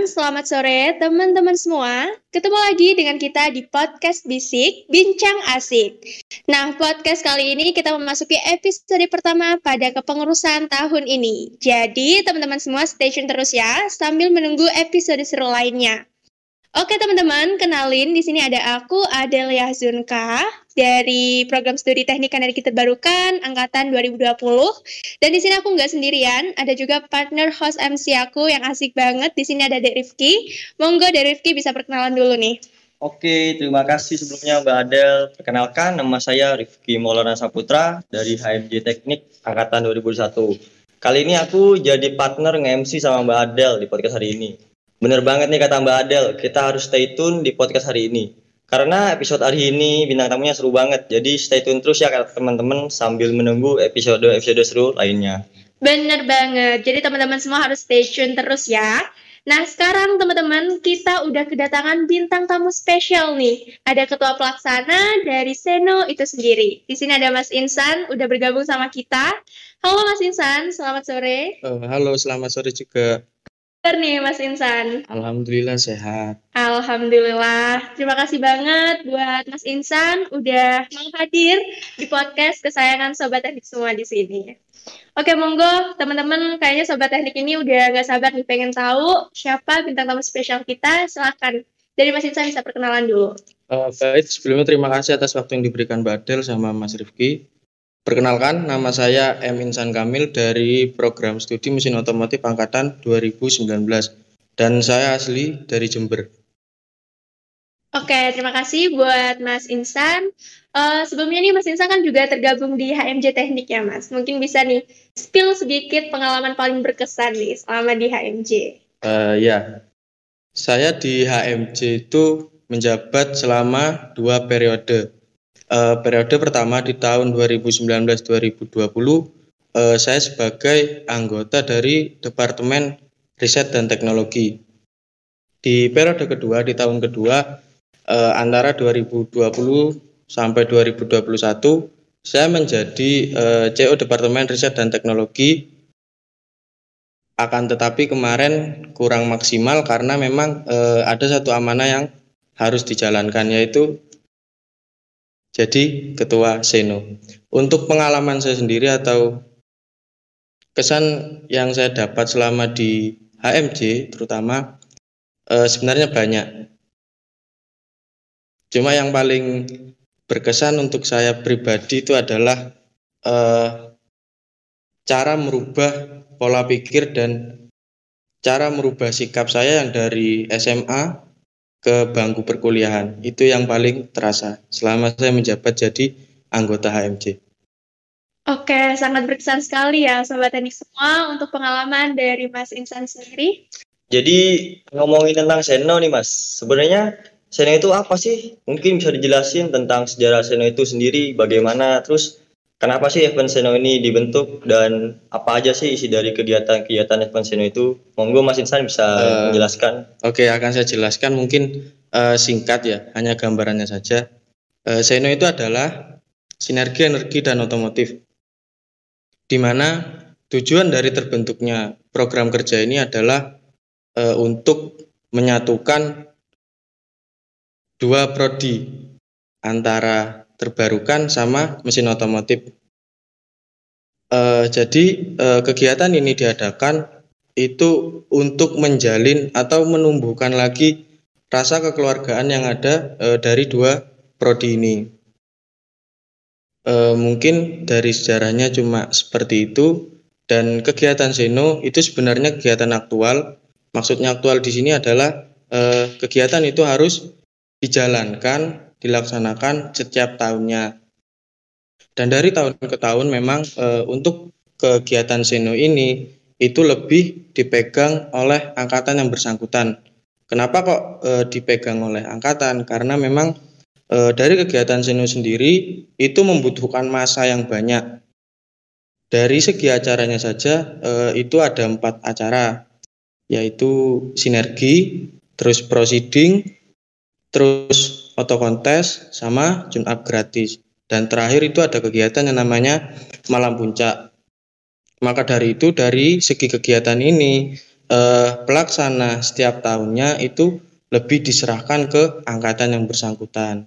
selamat sore teman-teman semua. Ketemu lagi dengan kita di podcast Bisik, Bincang Asik. Nah, podcast kali ini kita memasuki episode pertama pada kepengurusan tahun ini. Jadi, teman-teman semua stay tune terus ya, sambil menunggu episode seru lainnya. Oke teman-teman, kenalin di sini ada aku Adelia Zunka dari program studi Teknik Energi Terbarukan angkatan 2020. Dan di sini aku nggak sendirian, ada juga partner host MC aku yang asik banget. Di sini ada Dek Rifki. Monggo Dek Rifki bisa perkenalan dulu nih. Oke, terima kasih sebelumnya Mbak Adel. Perkenalkan, nama saya Rifki Maulana Saputra dari HMJ Teknik angkatan 2001. Kali ini aku jadi partner nge-MC sama Mbak Adel di podcast hari ini. Bener banget nih kata Mbak Adel, kita harus stay tune di podcast hari ini. Karena episode hari ini bintang tamunya seru banget, jadi stay tune terus ya teman-teman sambil menunggu episode seru lainnya. Bener banget, jadi teman-teman semua harus stay tune terus ya. Nah sekarang teman-teman kita udah kedatangan bintang tamu spesial nih. Ada ketua pelaksana dari Seno itu sendiri. Di sini ada Mas Insan, udah bergabung sama kita. Halo Mas Insan, selamat sore. Halo, selamat sore juga. Bener nih Mas Insan. Alhamdulillah sehat. Alhamdulillah. Terima kasih banget buat Mas Insan udah mau hadir di podcast kesayangan Sobat Teknik semua di sini. Oke, monggo teman-teman, kayaknya Sobat Teknik ini udah gak sabar nih pengen tahu siapa bintang tamu spesial kita. Silakan. Dari Mas Insan bisa perkenalan dulu. Baik, sebelumnya terima kasih atas waktu yang diberikan Mbak Adel sama Mas Rifki. Perkenalkan, nama saya M. Insan Kamil dari program studi mesin otomotif angkatan 2019 dan saya asli dari Jember. Oke, terima kasih buat Mas Insan. Sebelumnya nih Mas Insan kan juga tergabung di HMJ Teknik ya Mas. Mungkin bisa nih spill sedikit pengalaman paling berkesan nih selama di HMJ. Ya, saya di HMJ itu menjabat selama 2 periode. Periode pertama di tahun 2019-2020 saya sebagai anggota dari Departemen Riset dan Teknologi. Di periode kedua, di tahun kedua antara 2020 sampai 2021 saya menjadi CO Departemen Riset dan Teknologi. Akan tetapi kemarin kurang maksimal karena memang ada satu amanah yang harus dijalankan, yaitu jadi ketua Seno. Untuk pengalaman saya sendiri atau kesan yang saya dapat selama di HMJ terutama sebenarnya banyak. Cuma yang paling berkesan untuk saya pribadi itu adalah cara merubah pola pikir dan cara merubah sikap saya yang dari SMA ke bangku perkuliahan. Itu yang paling terasa selama saya menjabat jadi anggota HMJ. Oke, sangat berkesan sekali ya Sobat Teknik semua untuk pengalaman dari Mas Insan sendiri. Jadi ngomongin tentang Seno nih Mas, sebenarnya Seno itu apa sih? Mungkin bisa dijelasin tentang sejarah Seno itu sendiri, bagaimana, terus kenapa sih event Seno ini dibentuk dan apa aja sih isi dari kegiatan-kegiatan event Seno itu? Monggo Mas Insan bisa menjelaskan. Oke, akan saya jelaskan mungkin singkat ya, hanya gambarannya saja. Seno itu adalah sinergi energi dan otomotif, di mana tujuan dari terbentuknya program kerja ini adalah untuk menyatukan dua prodi antara terbarukan sama mesin otomotif. Jadi kegiatan ini diadakan itu untuk menjalin atau menumbuhkan lagi rasa kekeluargaan yang ada dari dua prodi ini. Mungkin dari sejarahnya cuma seperti itu, dan kegiatan Seno itu sebenarnya kegiatan aktual. Maksudnya aktual di sini adalah kegiatan itu harus dijalankan, dilaksanakan setiap tahunnya. Dan dari tahun ke tahun memang untuk kegiatan Seno ini itu lebih dipegang oleh angkatan yang bersangkutan. Kenapa kok dipegang oleh angkatan? Karena memang dari kegiatan Seno sendiri itu membutuhkan massa yang banyak. Dari segi acaranya saja itu ada 4 acara, yaitu sinergi, terus proceeding, terus otokontes, sama tune up gratis. Dan terakhir itu ada kegiatan yang namanya Malam Puncak. Maka dari itu, dari segi kegiatan ini pelaksana setiap tahunnya itu lebih diserahkan ke angkatan yang bersangkutan.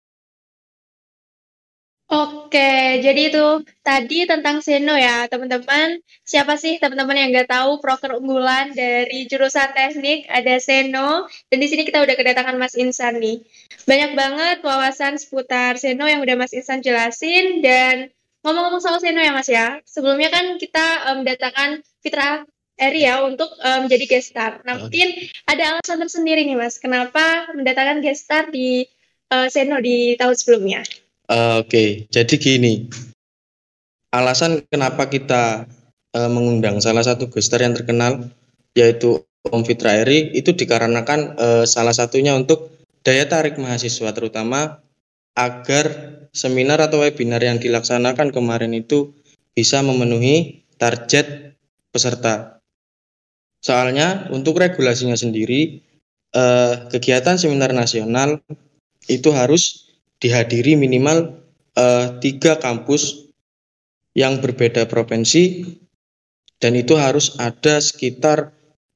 Oke, jadi itu tadi tentang Seno ya, teman-teman. Siapa sih teman-teman yang nggak tahu proker unggulan dari jurusan teknik ada Seno, dan di sini kita udah kedatangan Mas Insan nih. Banyak banget wawasan seputar Seno yang udah Mas Insan jelasin, dan ngomong-ngomong soal Seno ya Mas ya, sebelumnya kan kita mendatangkan Fitra Eri ya untuk menjadi guest star. Nah mungkin ada alasan tersendiri nih Mas, kenapa mendatangkan guest star di Seno di tahun sebelumnya? Oke, jadi gini, alasan kenapa kita mengundang salah satu guest star yang terkenal, yaitu Om Fitra Eri, itu dikarenakan salah satunya untuk daya tarik mahasiswa, terutama agar seminar atau webinar yang dilaksanakan kemarin itu bisa memenuhi target peserta. Soalnya untuk regulasinya sendiri, kegiatan seminar nasional itu harus dihadiri minimal 3 kampus yang berbeda provinsi, dan itu harus ada sekitar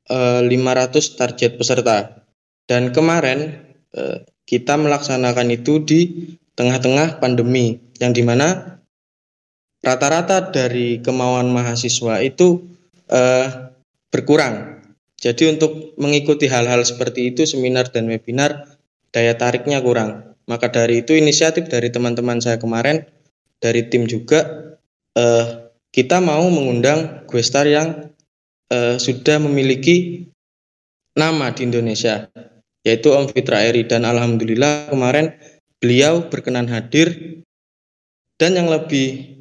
500 target peserta. Dan kemarin kita melaksanakan itu di tengah-tengah pandemi, yang dimana rata-rata dari kemauan mahasiswa itu berkurang. Jadi untuk mengikuti hal-hal seperti itu, seminar dan webinar, daya tariknya kurang. Maka dari itu inisiatif dari teman-teman saya kemarin, dari tim juga, kita mau mengundang guest star yang sudah memiliki nama di Indonesia, yaitu Om Fitra Eri. Dan alhamdulillah kemarin beliau berkenan hadir, dan yang lebih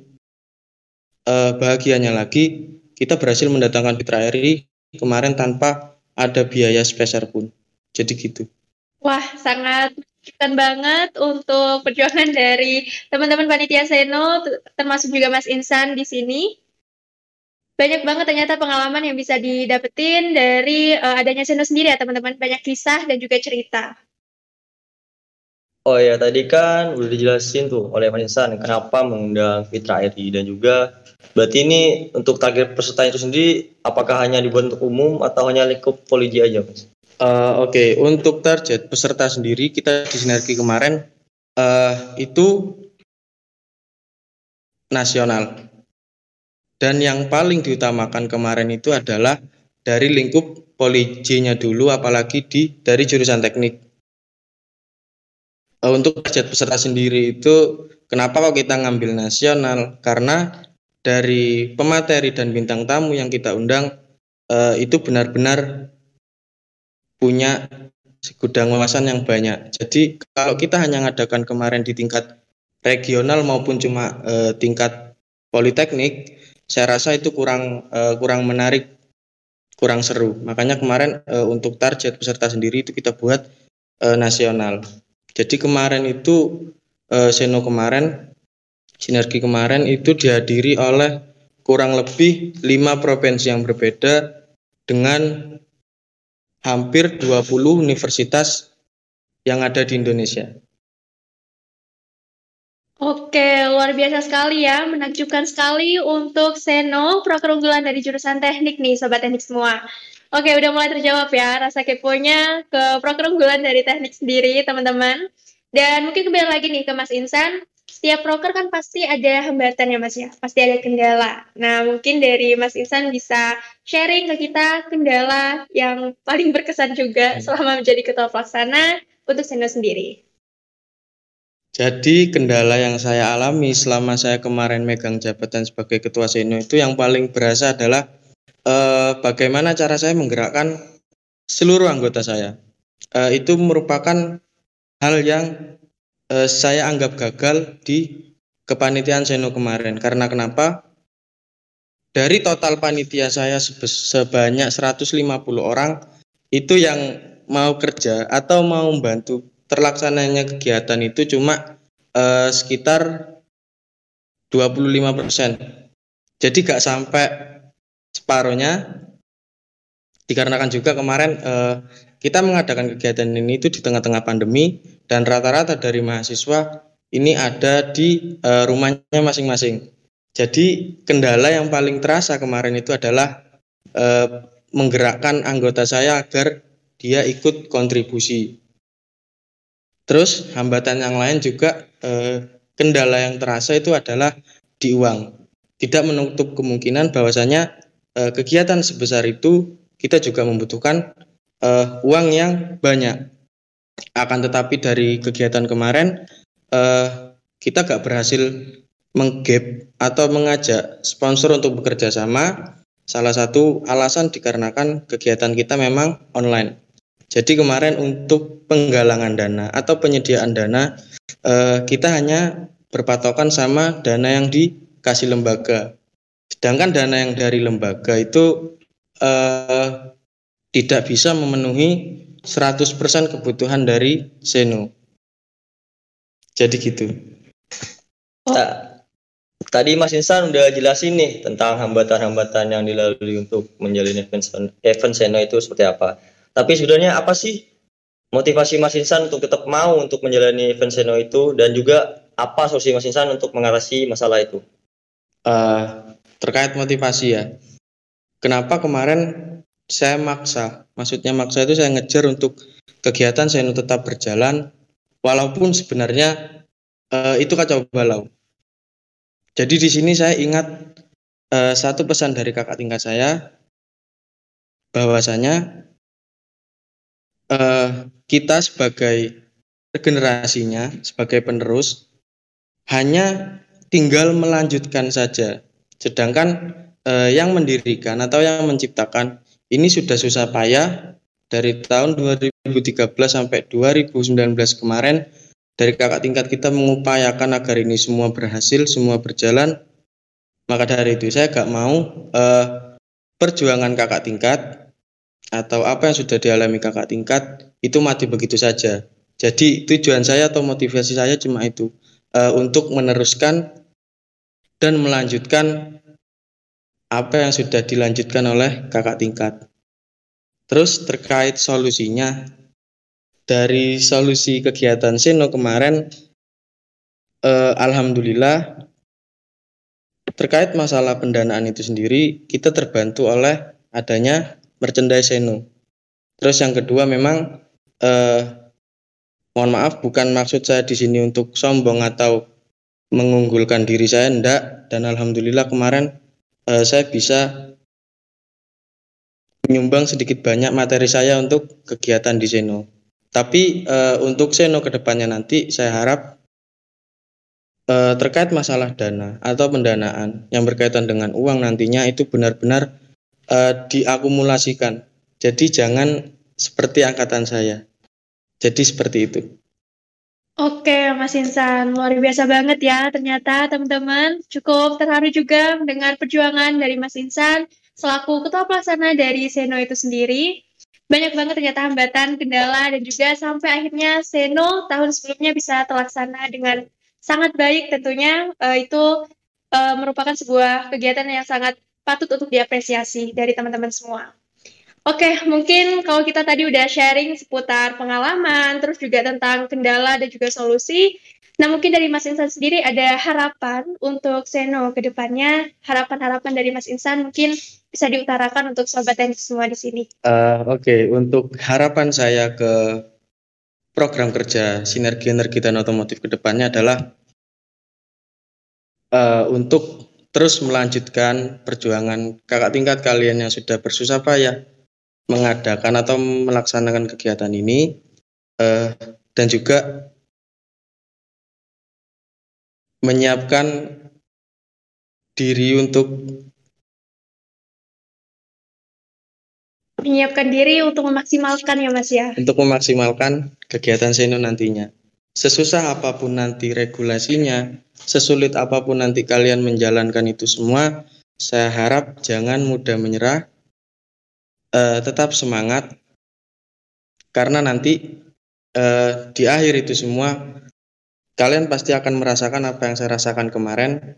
bahagianya lagi, kita berhasil mendatangkan Fitra Eri kemarin tanpa ada biaya spesial pun. Jadi gitu. Wah, sangat menakjubkan banget untuk perjuangan dari teman-teman panitia Seno, termasuk juga Mas Insan di sini. Banyak banget ternyata pengalaman yang bisa didapetin dari adanya Seno sendiri ya teman-teman. Banyak kisah dan juga cerita. Oh ya, tadi kan udah dijelasin tuh oleh Mas Insan kenapa mengundang Fitra Eri, dan juga berarti ini untuk target peserta itu sendiri apakah hanya dibuat untuk umum atau hanya lingkup Poliji aja, Mas? Oke, untuk target peserta sendiri kita di Sinergi kemarin itu nasional. Dan yang paling diutamakan kemarin itu adalah dari lingkup Poliji-nya dulu, apalagi dari jurusan teknik. Untuk target peserta sendiri itu kenapa kok kita ngambil nasional? Karena dari pemateri dan bintang tamu yang kita undang itu benar-benar punya gudang wawasan yang banyak. Jadi kalau kita hanya ngadakan kemarin di tingkat regional maupun cuma tingkat politeknik, saya rasa itu kurang menarik, kurang seru. Makanya kemarin untuk target peserta sendiri itu kita buat nasional. Jadi kemarin itu Seno kemarin, Sinergi kemarin itu dihadiri oleh kurang lebih 5 provinsi yang berbeda dengan hampir 20 universitas yang ada di Indonesia. Oke, luar biasa sekali ya, menakjubkan sekali untuk Seno, proker unggulan dari jurusan teknik nih, Sobat Teknik semua. Oke, udah mulai terjawab ya rasa keponya ke proker unggulan dari teknik sendiri, teman-teman. Dan mungkin kembali lagi nih ke Mas Insan, setiap proker kan pasti ada hambatan ya Mas ya, pasti ada kendala. Nah, mungkin dari Mas Insan bisa sharing ke kita kendala yang paling berkesan juga selama menjadi ketua pelaksana untuk Seno sendiri. Jadi kendala yang saya alami selama saya kemarin megang jabatan sebagai ketua Seno itu yang paling berasa adalah bagaimana cara saya menggerakkan seluruh anggota saya. Itu merupakan hal yang saya anggap gagal di kepanitiaan Seno kemarin. Karena kenapa? Dari total panitia saya sebanyak 150 orang, itu yang mau kerja atau mau membantu terlaksananya kegiatan itu cuma sekitar 25%. Jadi gak sampai separuhnya, dikarenakan juga kemarin kita mengadakan kegiatan ini itu di tengah-tengah pandemi, dan rata-rata dari mahasiswa ini ada di rumahnya masing-masing. Jadi kendala yang paling terasa kemarin itu adalah menggerakkan anggota saya agar dia ikut kontribusi. Terus hambatan yang lain juga kendala yang terasa itu adalah di uang. Tidak menutup kemungkinan bahwasanya kegiatan sebesar itu kita juga membutuhkan uang yang banyak. Akan tetapi dari kegiatan kemarin kita gak berhasil menggap atau mengajak sponsor untuk bekerja sama. Salah satu alasan dikarenakan kegiatan kita memang online. Jadi kemarin untuk penggalangan dana atau penyediaan dana kita hanya berpatokan sama dana yang dikasih lembaga. Sedangkan dana yang dari lembaga itu tidak bisa memenuhi 100% kebutuhan dari Seno. Jadi gitu. Tadi Mas Insan udah jelasin nih tentang hambatan-hambatan yang dilalui untuk menjalani event Seno itu seperti apa. Tapi sebenarnya apa sih motivasi Mas Insan untuk tetap mau untuk menjalani event Seno itu, dan juga apa solusi Mas Insan untuk mengatasi masalah itu? Terkait motivasi ya, kenapa kemarin saya maksa, maksudnya maksa itu saya ngejar untuk kegiatan Seno tetap berjalan, walaupun sebenarnya itu kacau balau. Jadi di sini saya ingat satu pesan dari kakak tingkat saya, bahwasanya kita sebagai generasinya, sebagai penerus, hanya tinggal melanjutkan saja. Sedangkan yang mendirikan atau yang menciptakan ini sudah susah payah dari tahun 2013 sampai 2019 kemarin. Dari kakak tingkat kita mengupayakan agar ini semua berhasil, semua berjalan. Maka dari itu saya gak mau perjuangan kakak tingkat atau apa yang sudah dialami kakak tingkat itu mati begitu saja. Jadi tujuan saya atau motivasi saya cuma itu, untuk meneruskan dan melanjutkan apa yang sudah dilanjutkan oleh kakak tingkat. Terus terkait solusinya, dari solusi kegiatan Seno kemarin, alhamdulillah terkait masalah pendanaan itu sendiri kita terbantu oleh adanya merchandise Seno. Terus yang kedua memang mohon maaf, bukan maksud saya di sini untuk sombong atau mengunggulkan diri saya, enggak. Dan alhamdulillah kemarin saya bisa menyumbang sedikit banyak materi saya untuk kegiatan di Seno. Tapi untuk Seno kedepannya nanti saya harap terkait masalah dana atau pendanaan yang berkaitan dengan uang nantinya itu benar-benar diakumulasikan. Jadi jangan seperti angkatan saya. Jadi seperti itu. Oke, Mas Insan, luar biasa banget ya. Ternyata teman-teman cukup terharu juga mendengar perjuangan dari Mas Insan selaku ketua pelaksana dari Seno itu sendiri. Banyak banget ternyata hambatan, kendala, dan juga sampai akhirnya Seno tahun sebelumnya bisa terlaksana dengan sangat baik tentunya. Itu merupakan sebuah kegiatan yang sangat patut untuk diapresiasi dari teman-teman semua. Oke, mungkin kalau kita tadi udah sharing seputar pengalaman, terus juga tentang kendala dan juga solusi. Nah, mungkin dari Mas Insan sendiri ada harapan untuk Seno ke depannya, harapan-harapan dari Mas Insan mungkin bisa diutarakan untuk sobat teknik semua di sini. Oke, untuk harapan saya ke program kerja Sinergi Energi dan Otomotif ke depannya adalah untuk terus melanjutkan perjuangan kakak tingkat kalian yang sudah bersusah payah mengadakan atau melaksanakan kegiatan ini, dan juga menyiapkan diri untuk memaksimalkan ya Mas ya. Untuk memaksimalkan kegiatan Seno nantinya. Sesusah apapun nanti regulasinya, sesulit apapun nanti kalian menjalankan itu semua, saya harap jangan mudah menyerah. Tetap semangat, karena nanti di akhir itu semua kalian pasti akan merasakan apa yang saya rasakan kemarin.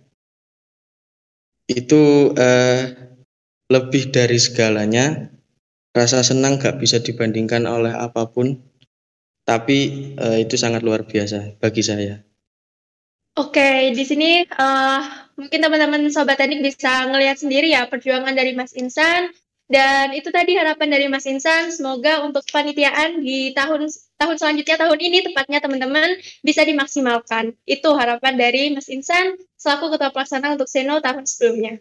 Itu lebih dari segalanya. Rasa senang gak bisa dibandingkan oleh apapun, tapi itu sangat luar biasa bagi saya. Oke, di sini mungkin teman-teman sobat teknik bisa ngelihat sendiri ya perjuangan dari Mas Insan. Dan itu tadi harapan dari Mas Insan, semoga untuk kepanitiaan di tahun selanjutnya, tahun ini tepatnya teman-teman bisa dimaksimalkan. Itu harapan dari Mas Insan selaku Ketua Pelaksana untuk Seno tahun sebelumnya.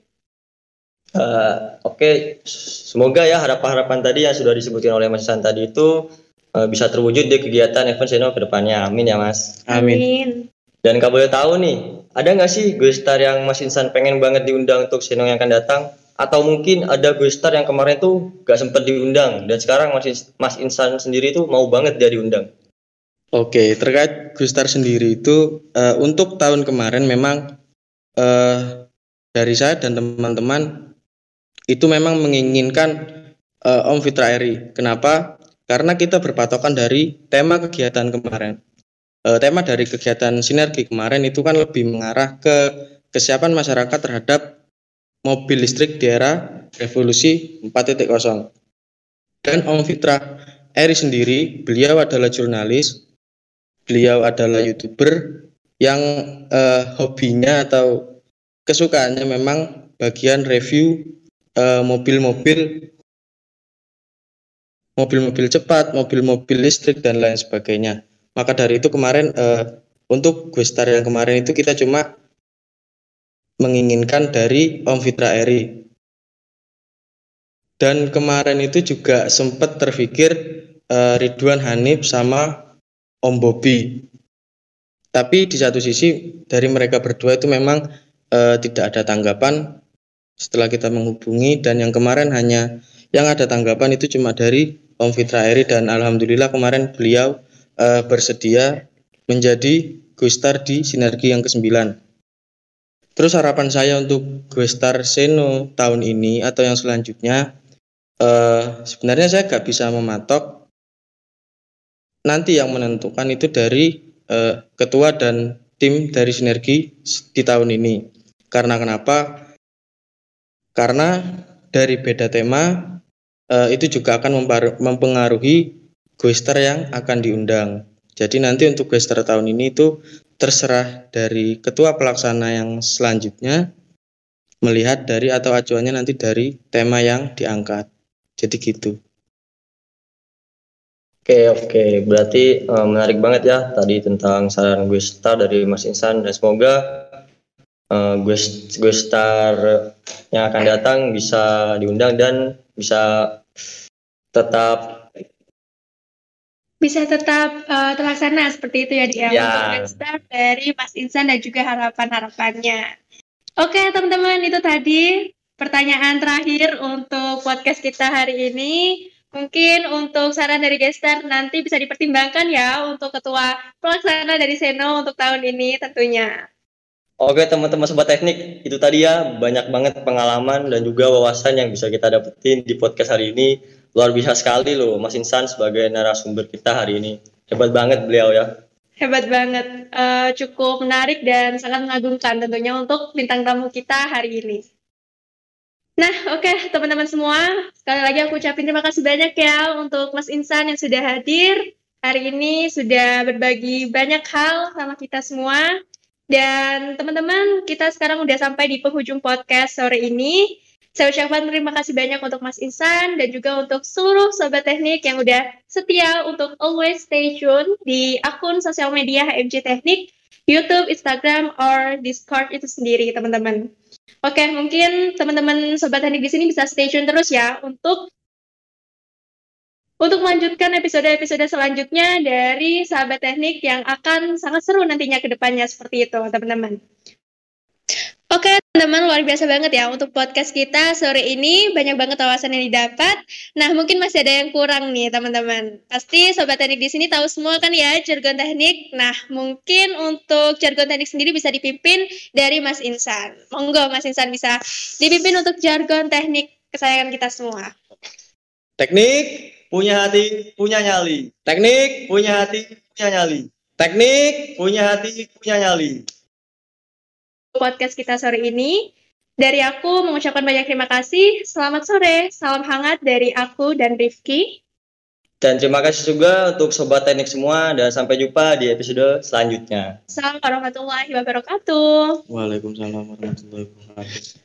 Oke, semoga ya harapan-harapan tadi yang sudah disebutkan oleh Mas Insan tadi itu bisa terwujud di kegiatan event Seno ke depannya. Amin ya Mas. Amin. Dan kalau boleh tahu nih, ada nggak sih guest-star yang Mas Insan pengen banget diundang untuk Seno yang akan datang? Atau mungkin ada guest-star yang kemarin tuh nggak sempat diundang dan sekarang Mas Insan sendiri tuh mau banget dia diundang? Oke, terkait guest-star sendiri itu untuk tahun kemarin memang dari saya dan teman-teman itu memang menginginkan Om Fitra Eri. Kenapa? Karena kita berpatokan dari tema kegiatan kemarin. Tema dari kegiatan sinergi kemarin itu kan lebih mengarah ke kesiapan masyarakat terhadap mobil listrik di era revolusi 4.0. Dan Om Fitra Eri sendiri, beliau adalah jurnalis, beliau adalah YouTuber yang hobinya atau kesukaannya memang bagian review mobil-mobil cepat, mobil-mobil listrik dan lain sebagainya. Maka dari itu kemarin untuk guest-star yang kemarin itu kita cuma menginginkan dari Om Fitra Eri. Dan kemarin itu juga sempat terpikir Ridwan Hanif sama Om Bobby. Tapi di satu sisi dari mereka berdua itu memang tidak ada tanggapan setelah kita menghubungi, dan yang kemarin hanya yang ada tanggapan itu cuma dari Om Fitra Eri, dan alhamdulillah kemarin beliau bersedia menjadi guest-star di Sinergi yang ke-9. Terus harapan saya untuk guest-star Seno tahun ini atau yang selanjutnya, sebenarnya saya gak bisa mematok. Nanti yang menentukan itu dari ketua dan tim dari Sinergi di tahun ini. Karena kenapa? Karena dari beda tema itu juga akan mempengaruhi guest-star yang akan diundang. Jadi nanti untuk guest-star tahun ini itu terserah dari ketua pelaksana yang selanjutnya melihat dari atau acuannya nanti dari tema yang diangkat. Jadi gitu. Oke. Berarti menarik banget ya tadi tentang saran guest-star dari Mas Insan, dan semoga guest-star yang akan datang bisa diundang dan bisa tetap terlaksana seperti itu ya dia untuk guest-star dari Mas Insan dan juga harapan-harapannya. Oke teman-teman, itu tadi pertanyaan terakhir untuk podcast kita hari ini. Mungkin untuk saran dari guest-star nanti bisa dipertimbangkan ya untuk ketua pelaksana dari Seno untuk tahun ini tentunya. Oke teman-teman Sobat Teknik, itu tadi ya banyak banget pengalaman dan juga wawasan yang bisa kita dapetin di podcast hari ini. Luar biasa sekali loh Mas Insan sebagai narasumber kita hari ini. Hebat banget beliau ya. Hebat banget, cukup menarik dan sangat mengagumkan tentunya untuk bintang tamu kita hari ini. Nah oke teman-teman semua, sekali lagi aku ucapin terima kasih banyak ya untuk Mas Insan yang sudah hadir hari ini, sudah berbagi banyak hal sama kita semua. Dan teman-teman, kita sekarang udah sampai di penghujung podcast sore ini. Saya ucapkan terima kasih banyak untuk Mas Insan dan juga untuk seluruh Sobat Teknik yang udah setia untuk always stay tune di akun sosial media HMJ Teknik, YouTube, Instagram, or Discord itu sendiri, teman-teman. Oke, mungkin teman-teman Sobat Teknik di sini bisa stay tune terus ya untuk melanjutkan episode-episode selanjutnya dari Sahabat Teknik yang akan sangat seru nantinya ke depannya seperti itu, teman-teman. Oke, teman-teman, luar biasa banget ya untuk podcast kita sore ini. Banyak banget wawasan yang didapat. Nah, mungkin masih ada yang kurang nih, teman-teman. Pasti Sobat Teknik di sini tahu semua kan ya jargon teknik. Nah, mungkin untuk jargon teknik sendiri bisa dipimpin dari Mas Insan. Monggo, Mas Insan bisa dipimpin untuk jargon teknik kesayangan kita semua. Teknik punya hati, punya nyali. Teknik punya hati, punya nyali. Teknik punya hati, punya nyali. Podcast kita sore ini. Dari aku mengucapkan banyak terima kasih. Selamat sore, salam hangat dari aku dan Rifki. Dan terima kasih juga untuk Sobat Teknik semua, dan sampai jumpa di episode selanjutnya. Assalamualaikum warahmatullahi wabarakatuh. Waalaikumsalam warahmatullahi wabarakatuh.